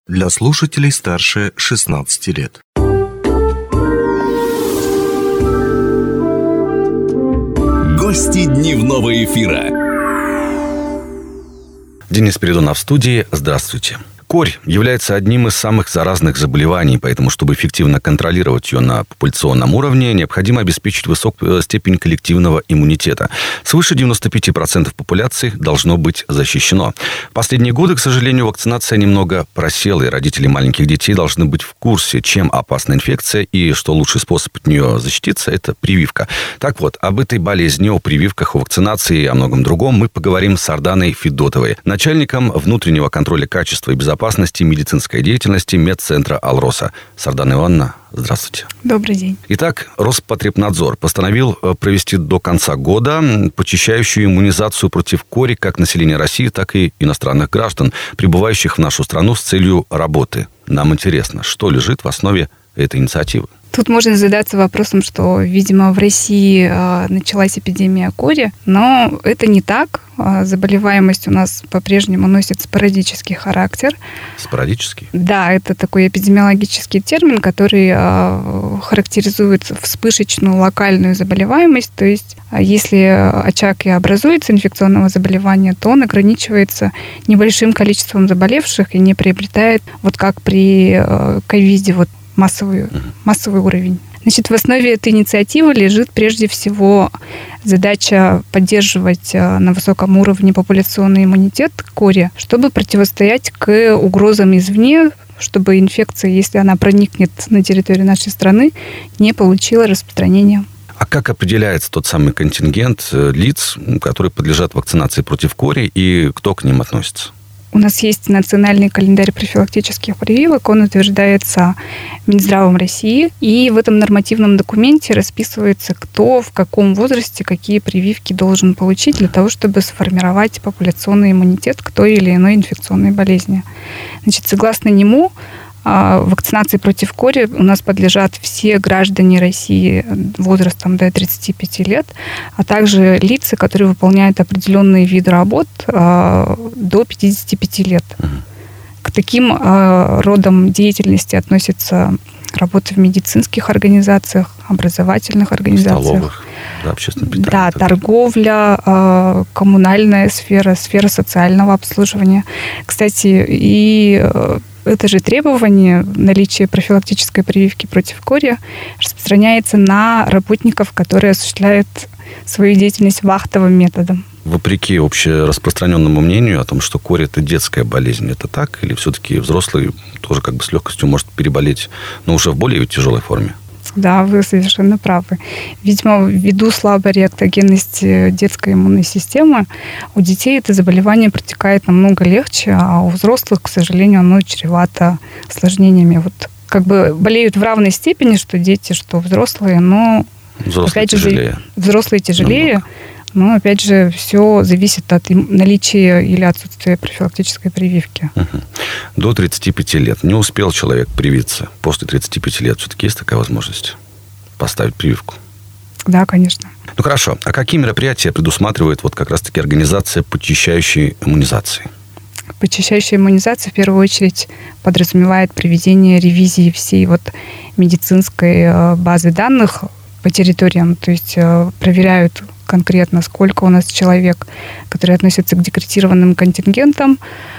для слушателей старше 16 лет. Гости дневного эфира. Денис Передонов в студии. Здравствуйте. Корь является одним из самых заразных заболеваний, поэтому, чтобы эффективно контролировать ее на популяционном уровне, необходимо обеспечить высокую степень коллективного иммунитета. Свыше 95% популяции должно быть защищено. В последние годы, к сожалению, вакцинация немного просела, и родители маленьких детей должны быть в курсе, чем опасна инфекция и что лучший способ от нее защититься – это прививка. Так вот, об этой болезни, о прививках, о вакцинации и о многом другом мы поговорим с Арданой Федотовой, начальником внутреннего контроля качества и безопасности медицинской деятельности медцентра «Алроса». Сардана Ивановна, здравствуйте. Добрый день. Итак, Роспотребнадзор постановил провести до конца года почищающую иммунизацию против кори как населения России, так и иностранных граждан, прибывающих в нашу страну с целью работы. Нам интересно, что лежит в основе этой инициативы? Тут можно задаться вопросом, что, видимо, в России началась эпидемия кори, но это не так. Заболеваемость у нас по-прежнему носит спорадический характер. Спорадический? Да, это такой эпидемиологический термин, который характеризует вспышечную локальную заболеваемость. То есть, если очаг и образуется инфекционного заболевания, то он ограничивается небольшим количеством заболевших и не приобретает, вот как при ковиде, вот массовый уровень. Значит, в основе этой инициативы лежит прежде всего задача поддерживать на высоком уровне популяционный иммунитет к кори, чтобы противостоять к угрозам извне, чтобы инфекция, если она проникнет на территорию нашей страны, не получила распространения. А как определяется тот самый контингент лиц, которые подлежат вакцинации против кори, и кто к ним относится? У нас есть национальный календарь профилактических прививок, он утверждается Минздравом России, и в этом нормативном документе расписывается, кто в каком возрасте какие прививки должен получить для того, чтобы сформировать популяционный иммунитет к той или иной инфекционной болезни. Значит, согласно нему, вакцинации против кори у нас подлежат все граждане России возрастом до 35 лет, а также лица, которые выполняют определенные виды работ до 55 лет. К таким родам деятельности относятся работа в медицинских организациях, образовательных организациях. Столовых, да, общественное питание. Да, торговля, коммунальная сфера, сфера социального обслуживания. Кстати, и это же требование наличия профилактической прививки против кори распространяется на работников, которые осуществляют свою деятельность вахтовым методом. Вопреки общераспространенному мнению о том, что кори – это детская болезнь, это так? Или все-таки взрослый тоже как бы с легкостью может переболеть, но уже в более тяжелой форме? Да, вы совершенно правы. Видимо, ввиду слабой реактогенности детской иммунной системы, у детей это заболевание протекает намного легче, а у взрослых, к сожалению, оно чревато осложнениями. Вот как бы болеют в равной степени, что дети, что взрослые, но взрослые опять тяжелее. же, взрослые тяжелее. Намного. Но, опять же, все зависит от наличия или отсутствия профилактической прививки. До 35 лет. Не успел человек привиться. После 35 лет все-таки есть такая возможность поставить прививку? Да, конечно. Ну, хорошо. А какие мероприятия предусматривает вот как раз-таки организация почищающей иммунизации? Почищающая иммунизация в первую очередь подразумевает проведение ревизии всей вот медицинской базы данных по территориям. То есть проверяют конкретно, сколько у нас человек, которые относятся к декретированным контингентам,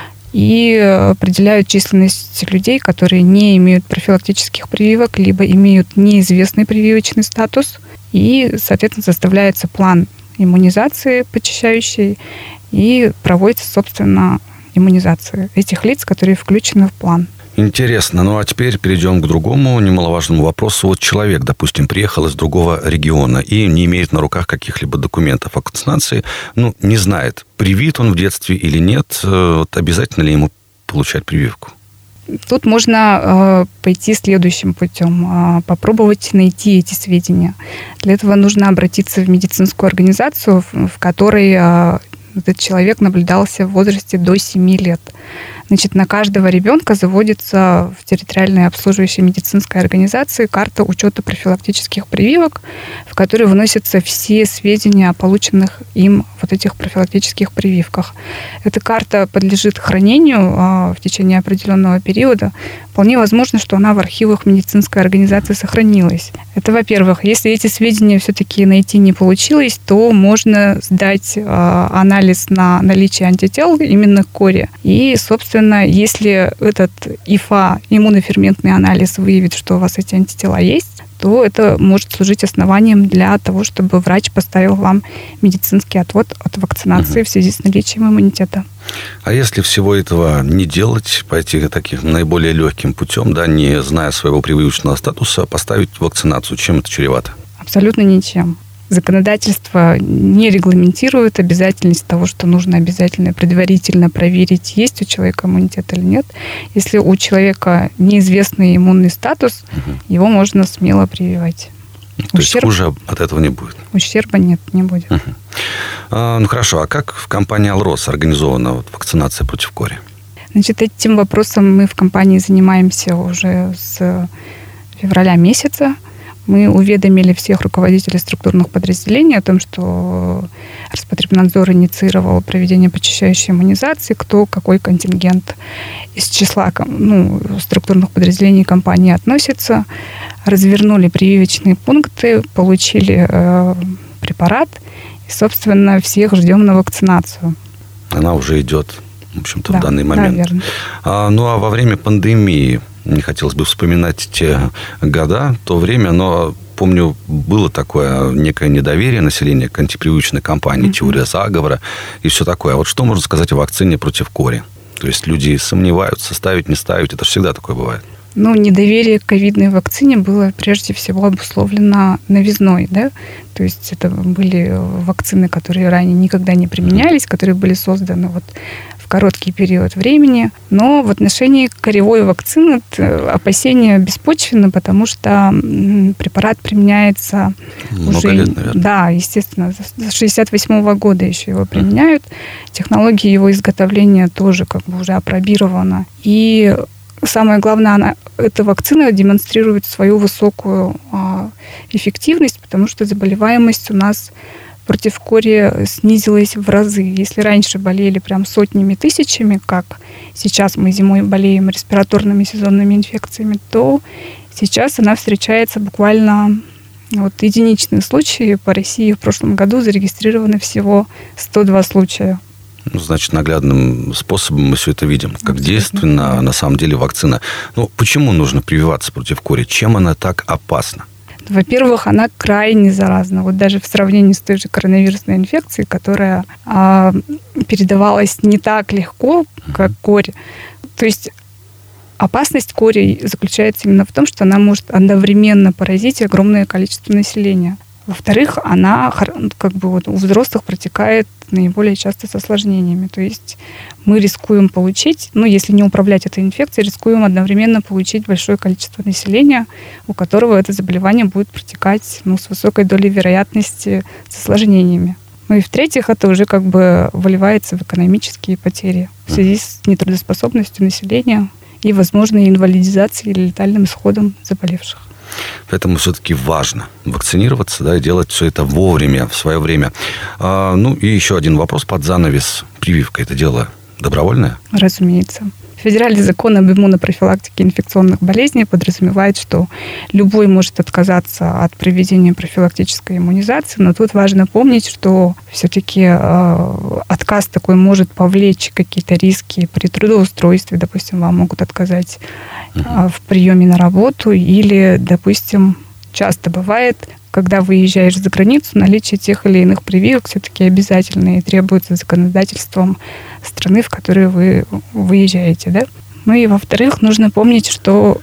и определяют численность людей, которые не имеют профилактических прививок, либо имеют неизвестный прививочный статус. И, соответственно, составляется план иммунизации почищающей, и проводится, собственно, иммунизация этих лиц, которые включены в план. Интересно. Ну, а теперь перейдем к другому немаловажному вопросу. Вот человек, допустим, приехал из другого региона и не имеет на руках каких-либо документов о вакцинации, не знает, привит он в детстве или нет, вот обязательно ли ему получать прививку? Тут можно пойти следующим путем, попробовать найти эти сведения. Для этого нужно обратиться в медицинскую организацию, в которой этот человек наблюдался в возрасте до 7 лет. Значит, на каждого ребенка заводится в территориальной обслуживающей медицинской организации карта учета профилактических прививок, в которой выносятся все сведения о полученных им вот этих профилактических прививках. Эта карта подлежит хранению в течение определенного периода. Вполне возможно, что она в архивах медицинской организации сохранилась. Это, во-первых. Если эти сведения все-таки найти не получилось, то можно сдать анализ на наличие антител именно к коре. И, собственно, если этот ИФА, иммуноферментный анализ, выявит, что у вас эти антитела есть, то это может служить основанием для того, чтобы врач поставил вам медицинский отвод от вакцинации в связи с наличием иммунитета. А если всего этого не делать, пойти таким наиболее легким путем, да, не зная своего прививочного статуса, поставить вакцинацию, чем это чревато? Абсолютно ничем. Законодательство не регламентирует обязательность того, что нужно обязательно предварительно проверить, есть у человека иммунитет или нет. Если у человека неизвестный иммунный статус, его можно смело прививать. То есть хуже от этого не будет? Ущерба нет, не будет. Ну хорошо, а как в компании «Алрос» организована вакцинация против кори? Значит, этим вопросом мы в компании занимаемся уже с февраля месяца. Мы уведомили всех руководителей структурных подразделений о том, что Роспотребнадзор инициировал проведение прочищающей иммунизации, кто какой контингент из числа структурных подразделений компании относится. Развернули прививочные пункты, получили препарат и, собственно, всех ждем на вакцинацию. Она уже идет, в общем-то, в данный момент. Да, верно. А во время пандемии, не хотелось бы вспоминать те года, то время, но помню, было такое некое недоверие населения к антипрививочной кампании, теория заговора и все такое. А вот что можно сказать о вакцине против кори? То есть люди сомневаются, ставить, не ставить. Это же всегда такое бывает. Недоверие к ковидной вакцине было прежде всего обусловлено новизной, да? То есть это были вакцины, которые ранее никогда не применялись, которые были созданы в короткий период времени. Но в отношении коревой вакцины опасения беспочвенны, потому что препарат применяется много лет, наверное. Да, естественно. С 1968 года еще его применяют. Технология его изготовления тоже уже опробирована. И самое главное, эта вакцина демонстрирует свою высокую эффективность, потому что заболеваемость у нас против кори снизилась в разы. Если раньше болели прям сотнями, тысячами, как сейчас мы зимой болеем респираторными сезонными инфекциями, то сейчас она встречается буквально единичные случаи. По России в прошлом году зарегистрированы всего 102 случая. Значит, наглядным способом мы все это видим. Как действенна на самом деле вакцина. Почему нужно прививаться против кори? Чем она так опасна? Во-первых, она крайне заразна. Даже в сравнении с той же коронавирусной инфекцией, которая передавалась не так легко, как кори. То есть опасность кори заключается именно в том, что она может одновременно поразить огромное количество населения. Во-вторых, она у взрослых протекает наиболее часто с осложнениями. То есть мы рискуем получить, если не управлять этой инфекцией, рискуем одновременно получить большое количество населения, у которого это заболевание будет протекать с высокой долей вероятности с осложнениями. И в-третьих, это уже выливается в экономические потери в связи с нетрудоспособностью населения и возможной инвалидизацией или летальным исходом заболевших. Поэтому все-таки важно вакцинироваться, да, и делать все это вовремя, в свое время. И еще один вопрос под занавес. Прививка – это дело добровольное? Разумеется. Федеральный закон об иммунопрофилактике инфекционных болезней подразумевает, что любой может отказаться от проведения профилактической иммунизации, но тут важно помнить, что все-таки отказ такой может повлечь какие-то риски при трудоустройстве. Допустим, вам могут отказать в приеме на работу или, допустим, часто бывает, когда выезжаешь за границу, наличие тех или иных прививок все-таки обязательно и требуется законодательством страны, в которую вы выезжаете. Да? И во-вторых, нужно помнить, что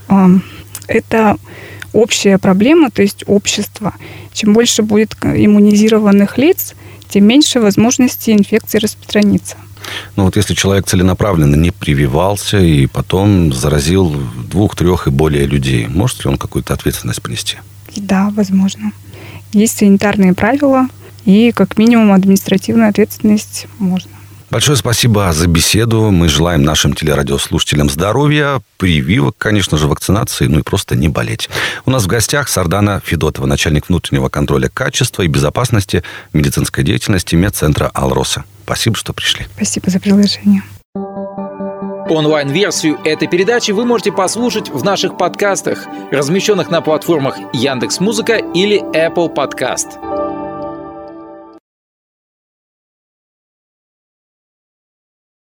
это общая проблема, то есть общество. Чем больше будет иммунизированных лиц, тем меньше возможности инфекции распространиться. Если человек целенаправленно не прививался и потом заразил 2, 3 и более людей, может ли он какую-то ответственность понести? Да, возможно. Есть санитарные правила, и как минимум административную ответственность можно. Большое спасибо за беседу. Мы желаем нашим телерадиослушателям здоровья, прививок, конечно же, вакцинации, и просто не болеть. У нас в гостях Сардана Федотова, начальник внутреннего контроля качества и безопасности медицинской деятельности медцентра «Алроса». Спасибо, что пришли. Спасибо за приглашение. Онлайн-версию этой передачи вы можете послушать в наших подкастах, размещенных на платформах Яндекс.Музыка или Apple Podcast.